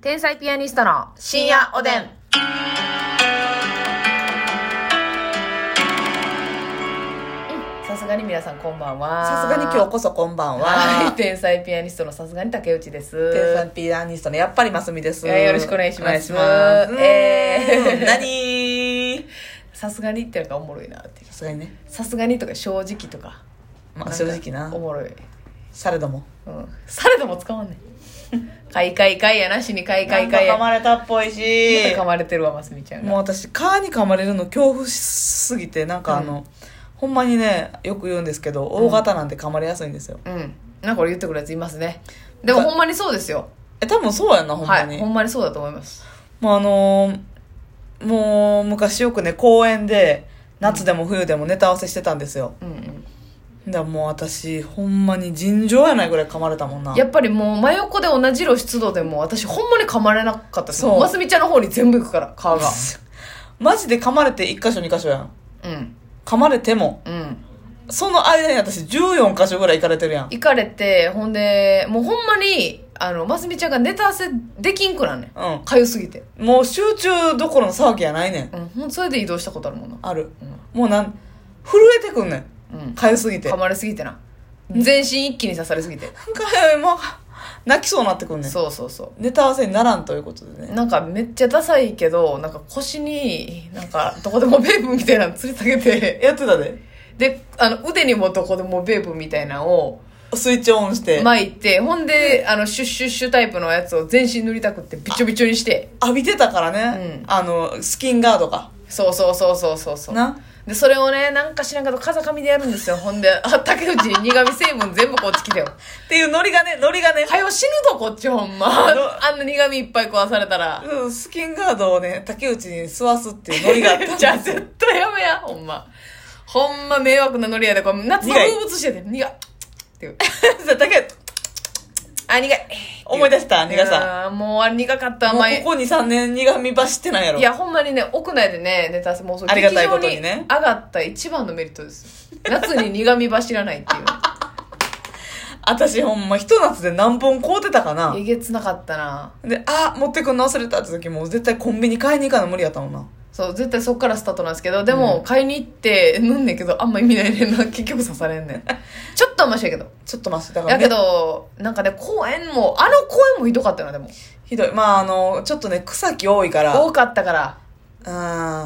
天才ピアニストの深夜おでん。さすがに皆さんこんばんは。 さすがに今日こそこんばんは。 はい、天才ピアニストのさすがに竹内です。 天才ピアニストのやっぱりますみです。 よろしくお願いします。 何さすがにってのがおもろいなっていう。 さすがにね。 さすがにとか正直とか。 まあ正直な。 おもろい。 されども。 うん。されども使わんねん。かいやなしにかいや。 なんか噛まれたっぽいし。 噛まれてるわ、ますみちゃんが。 もう私、蚊に噛まれるの恐怖しすぎて、なんかほんまにね、よく言うんですけど、大型なんて噛まれやすいんですよ。 うん。なんかこれ言ってくるやついますね。でもほんまにそうですよ。 多分そうやんな、ほんまに。 はい、ほんまにそうだと思います。 もうもう昔よくね、公園で、夏でも冬でもネタ合わせしてたんですよ。 うんうん。 だからもう私ほんまに尋常やないぐらい噛まれたもんな。 やっぱりもう真横で同じ露出度でも私ほんまに噛まれなかったです。 そうますみちゃんの方に全部行くから皮がマジで噛まれて1箇所2箇所やん。 うん噛まれてもうんその間に私14箇所ぐらい行かれてるやん。 行かれて、ほんでもうほんまにますみちゃんがネタ合わせできんくなんねん。 うんかゆすぎて。 もう集中どころの騒ぎやないねん。 ほんそれで移動したことあるもんな。 ある、 うんもう震えてくんねん、 うんかゆすぎて。 噛まれすぎてな。全身一気に刺されすぎて。 なんかもう泣きそうになってくんねん。 そうそうそう。 ネタ合わせにならんということでね。 なんかめっちゃダサいけど、なんか腰になんかどこでもベープみたいなの吊り下げてやってたで。 で腕にもどこでもベープみたいなのをスイッチオンして巻いて、ほんでシュッシュッシュタイプのやつを全身塗りたくってびちょびちょにして、 浴びてたからね、スキンガードがそうな。 でそれをね、なんか知らんけど風上でやるんですよ。ほんで竹内に苦味成分全部こっち来てよっていうノリがねはよ死ぬぞこっち、ほんまあんな苦味いっぱい食わされたらスキンガードをね竹内に吸わすっていうノリがあったじゃあ絶対やめや、ほんま迷惑なノリやで。これ夏の風物詩やで。苦いっていう竹内苦い思い出した苦さ。 もうあれ苦かった。 もうここ 2,3 年苦み走ってないやろ。 いやほんまにね、屋内でねネタ合わせもうありがたいことにね上がった一番のメリットです。夏に苦み走らないっていう私ほんまひと夏で何本買うてたかな。 えげつなかったな。 で持ってくんの忘れたって時もう絶対コンビニ買いに行かな無理やったもんな。 そう、絶対そっからスタートなんですけど、でも、買いに行って飲んねんけどあんま意味ないねんな。結局刺されんねんちょっとはマシやけど。 ちょっとマシだからやけどなんかね、公園もひどかったよな。でもひどい。ちょっとね草木多いから多かったから。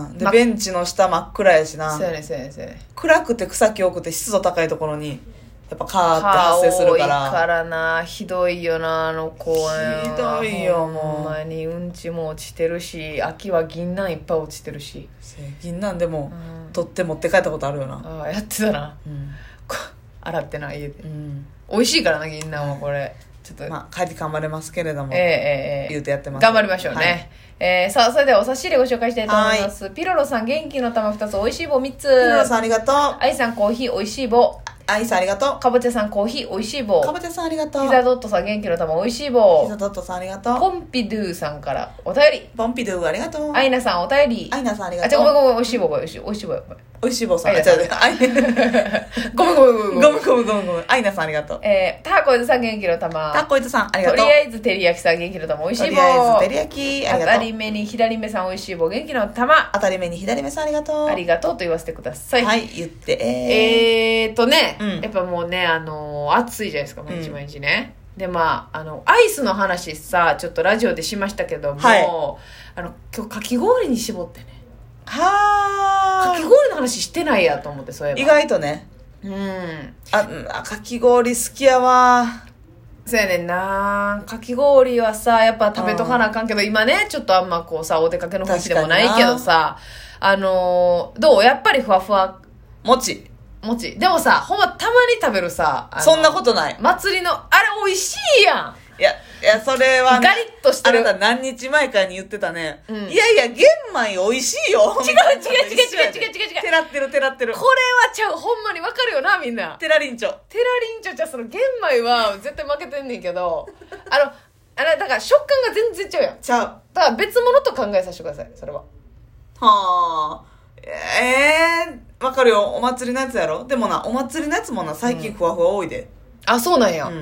で、ベンチの下真っ暗やしな。 そうやね暗くて草木多くて湿度高いところにやっぱ蚊って発生するから多いからな。ひどいよな、公園。 ひどいよもう。 ほんまにうんちも落ちてるし、秋は銀杏いっぱい落ちてるし。 銀なんでも、取って持って帰ったことあるよな。 やってたな、洗ってな、家で、美味しいからな、銀杏は。これちょっと帰り頑張れますけれども、言うてやってます。 頑張りましょうね、さあ、それではお差し入れご紹介したいと思います。ピロロさん、元気の玉2つ、おいしい棒3つ。 ピロロさんありがとう。 愛さん、コーヒーおいしい棒。 アイさんありがとう。 かぼちゃさん、コーヒーおいしい棒。 かぼちゃさんありがとう。 ピザドットさん、元気の玉おいしい棒。 ピザドットさんありがとう。 ポンピドゥさんからお便り。 ポンピドゥありがとう。 アイナさんお便り。 アイナさんありがとう。 ごめん、おいしい棒、おいしい棒。 おいしい棒さん。 ごめん。 アイナさんありがとう。 タコイズさん、元気の玉。 タコイズさんありがとう。 とりあえず照り焼きさん、元気の玉おいしい棒。 とりあえず照り焼きありがとう。 当たり目に左目さんおいしい棒、元気の玉。 当たり目に左目さんありがとう。 ありがとうと言わせてください。 はい、言って。 やっぱもうね、暑いじゃないですか、毎日毎日ね。で、アイスの話さ、ちょっとラジオでしましたけども、今日かき氷に絞ってね。かき氷の話してないやと思って、そういえば。 意外とね。かき氷好きやわ。 そうやねんな。かき氷はさ、やっぱ食べとかなあかんけど、今ね、ちょっとあんまこうさ、お出かけの雰囲気でもないけどさ、どうやっぱりふわふわ餅。 でもさ、ほんまたまに食べるさ、 そんなことない。 祭りの、あれ美味しいやん。 いや、それはね、 ガリッとしてる。 あなた何日前かに言ってたね。いや、玄米美味しいよ。 違う。 てらってる。 これはちゃう、ほんまにわかるよな、みんな。 テラリンチョじゃ、その玄米は絶対負けてんねんけど、だから食感が全然ちゃうやん。 ちゃう。 だから別物と考えさせてください、それは。 はわかるよ。お祭りのやつやろ。でもな、お祭りのやつもな、最近ふわふわ多いで。 そうなんや。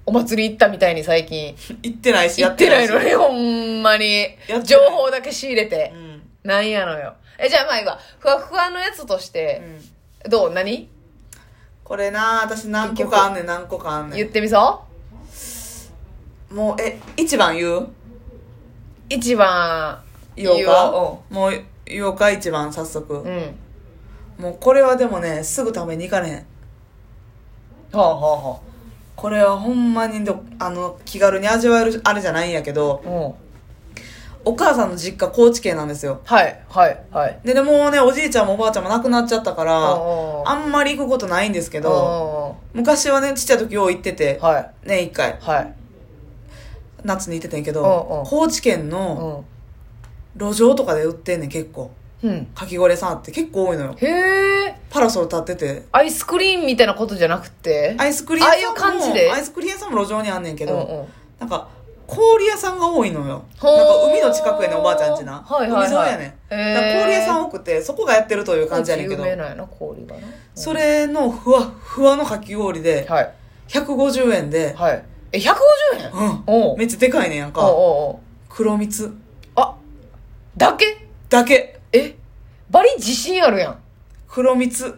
お祭り行ったみたいに最近。 行ってないし、 行ってないしのに、ほんまにやってない。 情報だけ仕入れて。 うん。 なんやのよ。じゃあまあいいわ。ふわふわのやつとしうて、 ん。 どう何これな、私何個かあんねん、何個かあんね言ってみそもう、一番言う一番言おう言かおもう言おうか、一番早速。 う。うん。 もうこれはでもね、すぐ食べに行かれへん。 はあはあはこれはほんまに気軽に味わえるあれじゃないんやけど、 あ。うん。 お母さんの実家高知県なんですよ。 はい、はい、はい。 でもうね、おじいちゃんもおばあちゃんも亡くなっちゃったから、 ああんまり行くことないんですけど、昔はね、ちっちゃい時よう行ってて、 はい、 ね、一回、 はい。 夏に行ってたんやけうんど、 うん高知県の路上とかで売ってんねん、結構。 うん。うん。 かき氷屋さんあって結構多いのよ。 へえ。 パラソル立ってて。 アイスクリーンみたいなことじゃなくてアイスクリーン屋さんも、 ああいう感じでアイスクリーン屋さんも路上にあんねんけど、 うんうん。 なんか、氷屋さんが多いのよ。 ほーなんか海の近くやねん、おばあちゃんちな。 はいはいはい海沿いやねん。 へーだから氷屋さん多くて、そこがやってるという感じやねんけど有、名なんやな、氷がな。 それのふわふわのかき氷で、 はい。 150円で、 はい。150円うん。 おうめっちゃでかいねんやんか。 おうおうおう黒蜜あ、だけだけ。 バリ自信あるやん。 黒蜜。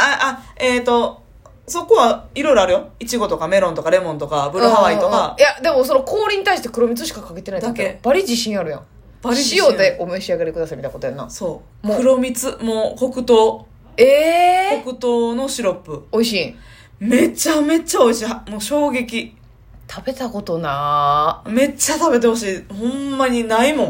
そこはいろいろあるよ。いちごとかメロンとかレモンとかブルーハワイとかい。や、でもその氷に対して黒蜜しかかけてないだけバリ自信あるやん。 バリ自信ある塩でお召し上がりくださいみたいなことやんな。 そう。 もう黒蜜、もう黒糖。 え黒糖のシロップ。 美味しい。 めちゃめちゃ美味しい。もう衝撃。 食べたことなめっちゃ食べてほしい。ほんまにないもん。 ー。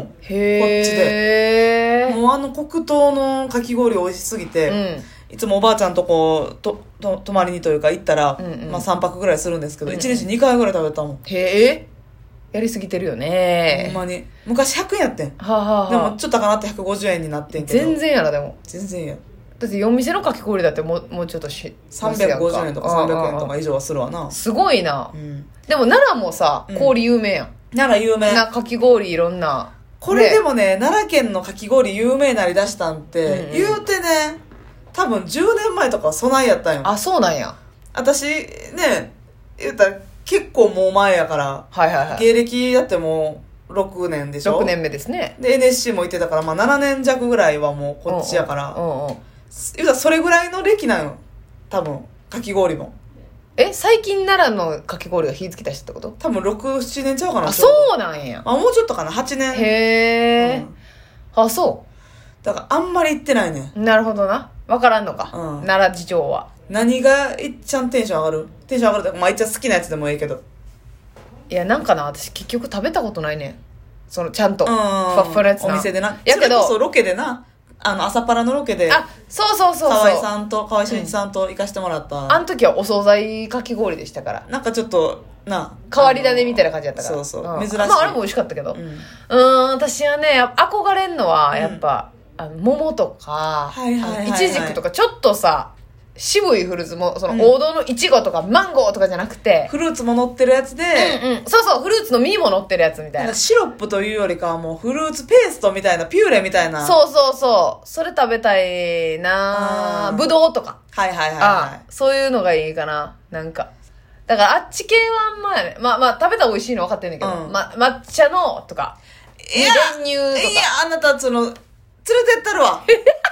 へー。 もう黒糖のかき氷美味しすぎて、 うん。 いつもおばあちゃんと泊まりにというか行ったら、 うんうんまあ3泊ぐらいするんですけど、 うんうん 1日2回ぐらい食べたもん。 へー。やりすぎてるよほねんまに。昔100円やってん。 はあ、はあはあ、 でもちょっとかなって150円になってんけど。 全然やな、でも。 全然や。 だって4店のかき氷だってもうちょっと 350円とか300円とか以上はするわな。 すごいな。 うん。 でも奈良もさ、 うん氷有名やん。 奈良有名。 かき氷いろんな。 これでねもね、奈良県のかき氷有名なりだしたんって、 うんうん言うてね、多分10年前とかは備えやったんよ。 あ、そうなんや。 私ね、言ったら結構もう前やから、 はいはいはい。 芸歴だってもう6年でしょ。 6年目ですね。 で NSC も行ってたから、まあ7年弱ぐらいはもうこっちやから、 うんうんうん。 言うたらそれぐらいの歴なんよ。多分、かき氷も。 最近奈良のかき氷が火つきたしってこと多分6、7年ちゃうかな。 あ、そうなんや。 あ、もうちょっとかな、8年。 へー。 うんあ、そだからあんまり行ってないね。 う。なるほどな。わからんのか。 うん奈良事情は。 何がいっちゃんテンション上がる？テンション上がるって、まあいっちゃん好きなやつでもいいけど。 いや、なんかな、私結局食べたことないねん。その、ちゃんと。 うん。 ふわっふわのやつな。 お店でな。 やけどそれこそロケでな、朝パラのロケで、 あ、そうそうそう河合そう。 さんと、河合俊一さんと行かしてもらった。 あの時はお惣菜かき氷でしたから。 なんかちょっと、 変わり種みたいな感じだったから。 そうそう。 ん珍しい。 まあ、あれも美味しかったけど。 うん。 私はね、憧れんのは、やっぱ、桃とか、 はいはいはいはいいちじくとか、ちょっとさ、渋いフルーツも、その王道のいちごとかマンゴーとかじゃなくて、 フルーツも乗ってるやつで、 そうそう、フルーツの実も乗ってるやつみたいな。 シロップというよりかはもうフルーツペーストみたいな、ピューレみたいな。 そうそうそう。それ食べたいなぶどうとか。 はいはいはいはそういうのがいいかな。なんか。だからあっち系はあんまやね。まあ食べたら美味しいの分かってんだけど、 うん抹茶のとか、 い。いや、 練乳とか。 いや、あなた連れてったるわ。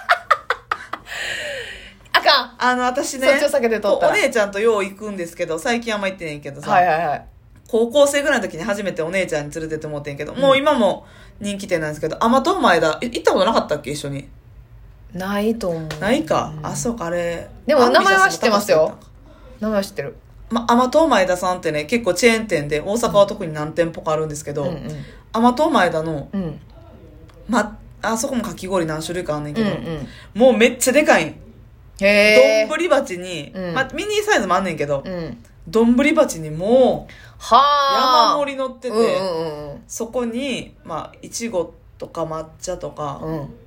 あかん。 私ね、 そっちを避けて通ったらお姉ちゃんとよう行くんですけど、最近あんま行ってねんけどさ、 はいはいはい。 高校生ぐらいの時に初めてお姉ちゃんに連れてってもってんけど、もう今も人気店なんですけど、甘党前田、行ったことなかったっけ一緒に。 ないと思う。 ないか。あ、そうか、あれ。 でも名前は知ってますよアンビシャスの高橋さんやったんか。 名前は知ってる。 甘党前田さんってね、結構チェーン店で、大阪は特に何店舗かあるんですけど、 うん甘党前田の、 うん。うん。 あそこもかき氷何種類かあんねんけど、 うんうん。 もうめっちゃでかいん。 へ丼鉢に、 うんミニサイズもあんねんけど、 うん。 丼鉢にもう、 はあ。 山盛り乗ってて、 うんうんそこに、いちごとか抹茶とか、 うん。うん。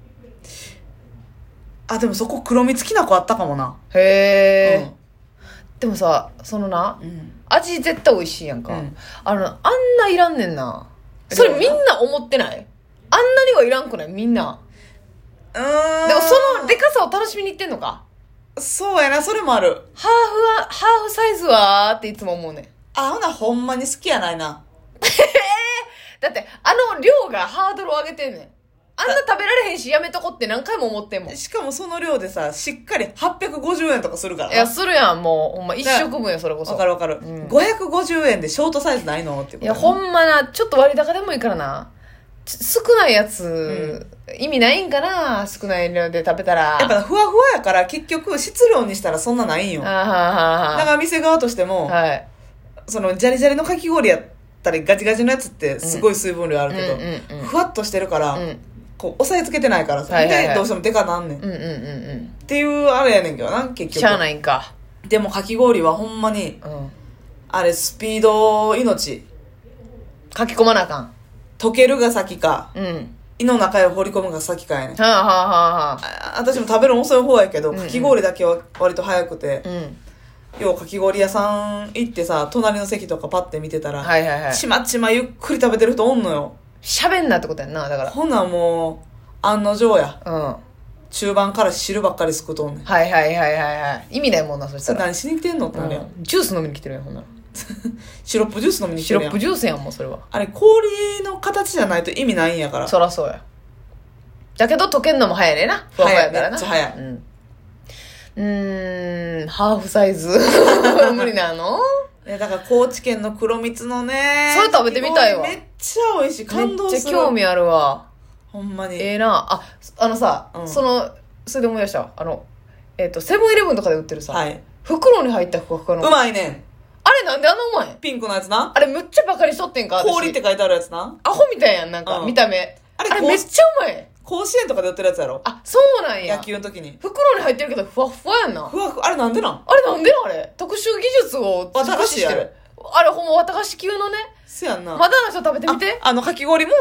でもそこ黒蜜きな粉あったかもな。 へえ。でもさ、そのな、 うん。 味絶対美味しいやんか。 うんあんないらんねんな。それみんな思ってないあんなにはいらんくないみんな。でもそのでかさを楽しみに行ってんのか。 そうやな、それもある。 ハーフサイズはっていつも思うねん。 あ、ほなほんまに好きやないな。 だって、量がハードルを上げてんねん。あんな食べられへんし、やめとこって何回も思ってんもん。 しかもその量でさ、しっかり850円とかするからな。 いや、するやん、もう。ほんま、一食分や、それこそ。 わかるわかる。550円でショートサイズないのってこと。 いや、ほんまな、ちょっと割高でもいいからな。少ないやつ、意味ないんかな、少ない量で食べたら。 やっぱふわふわやから結局質量にしたらそんなないんよ。だから店側としても、 はい。 そのジャリジャリのかき氷やったりガチガチのやつってすごい水分量あるけど、ふわっとしてるから、こう押さえつけてないからさ、でどうしてもデカなんねん。っていうあれやねんけどな、結局。 しゃあないんか。 でもかき氷はほんまに、あれスピード命。 書き込まなあかん。 溶けるが先か、胃の中へ放り込むが先かやねん。私も食べるの遅い方やけど、かき氷だけは割と早くて、要はかき氷屋さん行ってさ、隣の席とかパッて見てたら、ちまちまゆっくり食べてる人おんのよ。 喋んなってことやんな、だから。 ほなもう、案の定や。中盤から汁ばっかりすくとんねん。 意味ないもんな、そしたら。 何しに来てんのってなるやん。 ジュース飲みに来てるやん、ほんなら。 シロップジュース飲みに来てるやん。 シロップジュースやん、もうそれは。 あれ、氷の形じゃないと意味ないんやから。 そらそうや。だけど溶けんのも早いねんな。ふわふわやからな。 めっちゃ早い。 ハーフサイズ無理なの？ いや、だから高知県の黒蜜のね、 それ食べてみたいわ。 めっちゃ美味しい。感動する。 めっちゃ興味あるわ。 ほんまに。 ええな。あ、さ、それで思い出したわ。セブンイレブンとかで売ってるさ、袋に入ったふわふわの。 うまいねん。 あれなんであんなうまい？ ピンクのやつな。 あれむっちゃバカにしとってんか？ 氷って書いてあるやつな。 アホみたいやん、なんか、見た目。あれめっちゃうまい。 甲子園とかで売ってるやつやろ。 あ、そうなんや。 野球の時に。 袋に入ってるけど、ふわふわやんな。 ふわふわ、あれなんでなん？ あれなんでなんあれ？特殊技術を私してる。 あれほんま綿菓子級のね。 せやんな。 まだの人食べてみて。 かき氷も